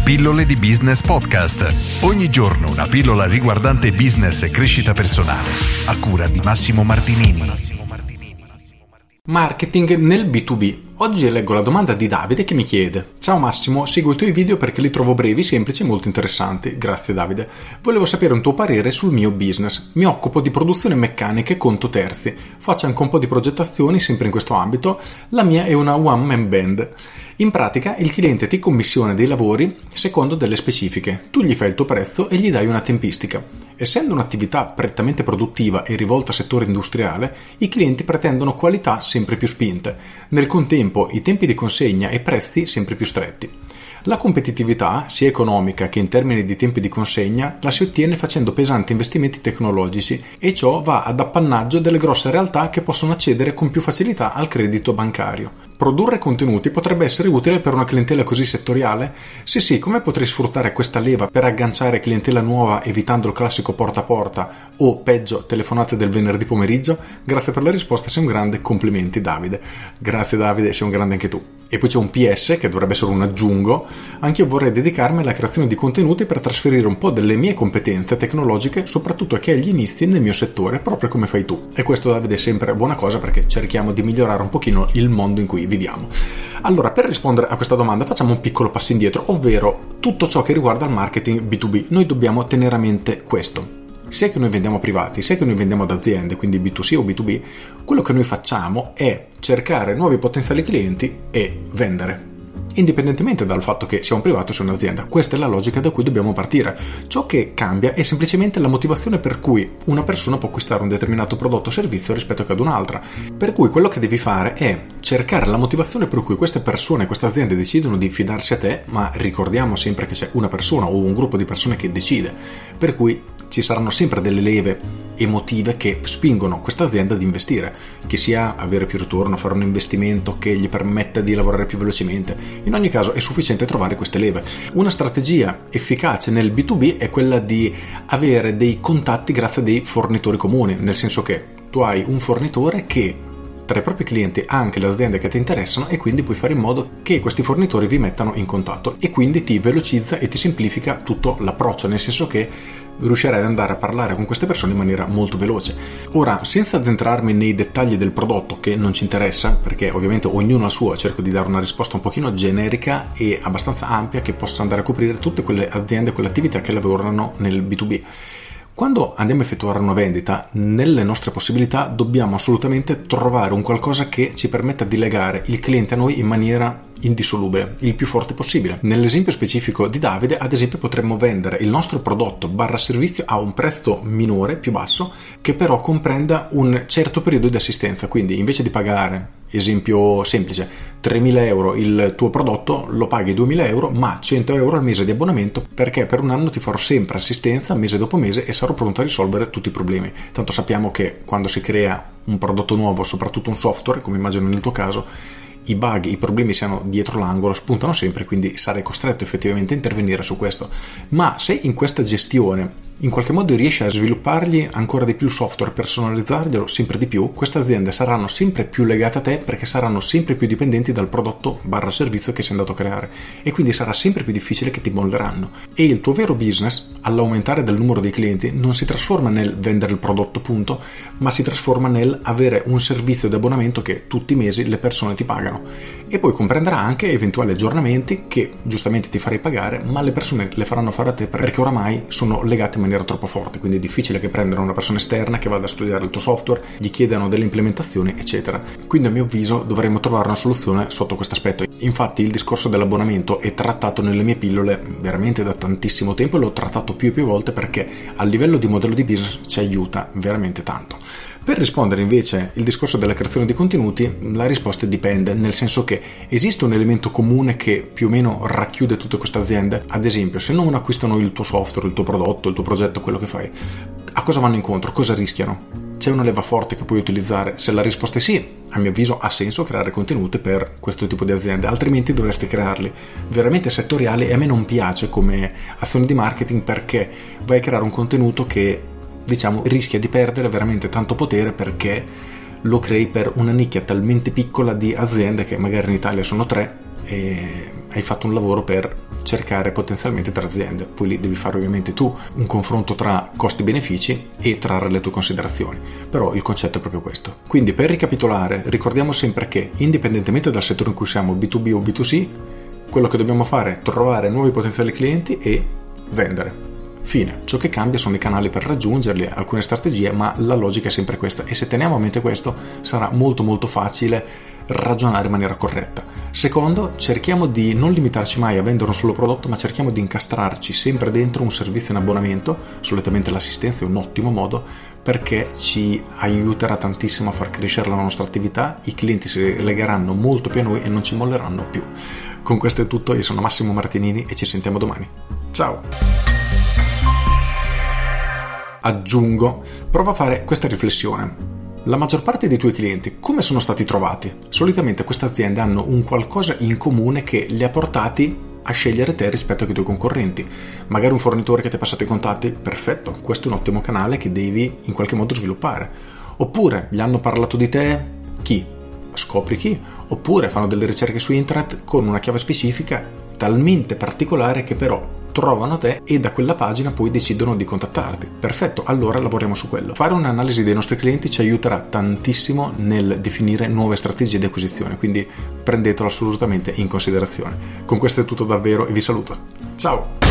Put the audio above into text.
Pillole di Business Podcast. Ogni giorno una pillola riguardante business e crescita personale. A cura di Massimo Martinini. Marketing nel B2B. Oggi leggo la domanda di Davide che mi chiede: ciao Massimo, seguo i tuoi video perché li trovo brevi, semplici e molto interessanti. Grazie Davide. Volevo sapere un tuo parere sul mio business. Mi occupo di produzione meccanica e conto terzi. Faccio anche un po' di progettazioni sempre in questo ambito. La mia è una one man band. In pratica il cliente ti commissiona dei lavori secondo delle specifiche. Tu gli fai il tuo prezzo e gli dai una tempistica. Essendo un'attività prettamente produttiva e rivolta al settore industriale, i clienti pretendono qualità sempre più spinte. Nel contempo, i tempi di consegna e prezzi sempre più stretti. La competitività, sia economica che in termini di tempi di consegna, la si ottiene facendo pesanti investimenti tecnologici e ciò va ad appannaggio delle grosse realtà che possono accedere con più facilità al credito bancario. Produrre contenuti potrebbe essere utile per una clientela così settoriale? Sì, come potrei sfruttare questa leva per agganciare clientela nuova evitando il classico porta a porta o peggio telefonate del venerdì pomeriggio? Grazie per la risposta, sei un grande, complimenti Davide. Grazie Davide, sei un grande anche tu. E poi c'è un PS che dovrebbe essere un aggiungo. Anche io vorrei dedicarmi alla creazione di contenuti per trasferire un po' delle mie competenze tecnologiche, soprattutto a chi è agli inizi nel mio settore, proprio come fai tu. E questo Davide è sempre buona cosa perché cerchiamo di migliorare un pochino il mondo in cui viviamo. Allora, per rispondere a questa domanda facciamo un piccolo passo indietro, ovvero tutto ciò che riguarda il marketing B2B. Noi dobbiamo tenere a mente questo. Sia che noi vendiamo a privati, sia che noi vendiamo ad aziende, quindi B2C o B2B, quello che noi facciamo è cercare nuovi potenziali clienti e vendere, indipendentemente dal fatto che sia un privato o sia un'azienda. Questa è la logica da cui dobbiamo partire. Ciò che cambia è semplicemente la motivazione per cui una persona può acquistare un determinato prodotto o servizio rispetto che ad un'altra. Per cui quello che devi fare è cercare la motivazione per cui queste persone, queste aziende decidono di fidarsi a te, ma ricordiamo sempre che c'è una persona o un gruppo di persone che decide, per cui ci saranno sempre delle leve emotive che spingono questa azienda ad investire, che sia avere più ritorno, fare un investimento che gli permetta di lavorare più velocemente. In ogni caso è sufficiente trovare queste leve. Una strategia efficace nel B2B è quella di avere dei contatti grazie a dei fornitori comuni, nel senso che tu hai un fornitore che tra i propri clienti ha anche le aziende che ti interessano e quindi puoi fare in modo che questi fornitori vi mettano in contatto e quindi ti velocizza e ti semplifica tutto l'approccio, nel senso che riuscirai ad andare a parlare con queste persone in maniera molto veloce. Ora, senza addentrarmi nei dettagli del prodotto che non ci interessa, perché ovviamente ognuno ha il suo, cerco di dare una risposta un pochino generica e abbastanza ampia che possa andare a coprire tutte quelle aziende, quelle attività che lavorano nel B2B. Quando andiamo a effettuare una vendita, nelle nostre possibilità dobbiamo assolutamente trovare un qualcosa che ci permetta di legare il cliente a noi in maniera indissolubile, il più forte possibile. Nell'esempio specifico di Davide, ad esempio, potremmo vendere il nostro prodotto / servizio a un prezzo minore, più basso, che però comprenda un certo periodo di assistenza. Quindi invece di pagare, esempio semplice, 3.000 euro il tuo prodotto, lo paghi 2.000 euro, ma 100 euro al mese di abbonamento, perché per un anno ti farò sempre assistenza mese dopo mese e sarò pronto a risolvere tutti i problemi. Tanto sappiamo che quando si crea un prodotto nuovo, soprattutto un software, come immagino nel tuo caso, i bug, i problemi siano dietro l'angolo, spuntano sempre, quindi sarai costretto effettivamente a intervenire su questo. Ma se in questa gestione in qualche modo riesci a sviluppargli ancora di più il software, personalizzarglielo sempre di più, queste aziende saranno sempre più legate a te perché saranno sempre più dipendenti dal prodotto / servizio che sei andato a creare e quindi sarà sempre più difficile che ti molleranno. E il tuo vero business, all'aumentare del numero dei clienti, non si trasforma nel vendere il prodotto punto, ma si trasforma nel avere un servizio di abbonamento che tutti i mesi le persone ti pagano. E poi comprenderà anche eventuali aggiornamenti che giustamente ti farai pagare, ma le persone le faranno fare a te perché oramai sono legate in maniera troppo forte, quindi è difficile che prendano una persona esterna che vada a studiare il tuo software, gli chiedano delle implementazioni eccetera. Quindi a mio avviso dovremmo trovare una soluzione sotto questo aspetto. Infatti il discorso dell'abbonamento è trattato nelle mie pillole veramente da tantissimo tempo e l'ho trattato più e più volte perché a livello di modello di business ci aiuta veramente tanto. Per rispondere invece il discorso della creazione di contenuti, la risposta dipende, nel senso che esiste un elemento comune che più o meno racchiude tutte queste aziende. Ad esempio, se non acquistano il tuo software, il tuo prodotto, il tuo progetto, quello che fai, a cosa vanno incontro? Cosa rischiano? C'è una leva forte che puoi utilizzare? Se la risposta è sì, a mio avviso ha senso creare contenuti per questo tipo di aziende, altrimenti dovresti crearli veramente settoriali e a me non piace come azione di marketing perché vai a creare un contenuto che rischia di perdere veramente tanto potere perché lo crei per una nicchia talmente piccola di aziende che magari in Italia sono 3 e hai fatto un lavoro per cercare potenzialmente tra aziende. Poi lì devi fare ovviamente tu un confronto tra costi-benefici e trarre le tue considerazioni, però il concetto è proprio questo. Quindi, per ricapitolare, ricordiamo sempre che indipendentemente dal settore in cui siamo, B2B o B2C, quello che dobbiamo fare è trovare nuovi potenziali clienti e vendere. Fine. Ciò che cambia sono i canali per raggiungerli, alcune strategie, ma la logica è sempre questa, e se teniamo a mente questo sarà molto molto facile ragionare in maniera corretta. Secondo, cerchiamo di non limitarci mai a vendere un solo prodotto, ma cerchiamo di incastrarci sempre dentro un servizio in abbonamento. Solitamente l'assistenza è un ottimo modo, perché ci aiuterà tantissimo a far crescere la nostra attività, i clienti si legheranno molto più a noi e non ci molleranno più. Con questo è tutto, io sono Massimo Martinini e ci sentiamo domani. Ciao! Aggiungo, prova a fare questa riflessione. La maggior parte dei tuoi clienti come sono stati trovati? Solitamente queste aziende hanno un qualcosa in comune che li ha portati a scegliere te rispetto ai tuoi concorrenti. Magari un fornitore che ti ha passato i contatti, perfetto, questo è un ottimo canale che devi in qualche modo sviluppare. Oppure gli hanno parlato di te, chi? Scopri chi. Oppure fanno delle ricerche su internet con una chiave specifica talmente particolare che però trovano te e da quella pagina poi decidono di contattarti. Perfetto, allora lavoriamo su quello. Fare un'analisi dei nostri clienti ci aiuterà tantissimo nel definire nuove strategie di acquisizione, quindi prendetelo assolutamente in considerazione. Con questo è tutto davvero e vi saluto. Ciao!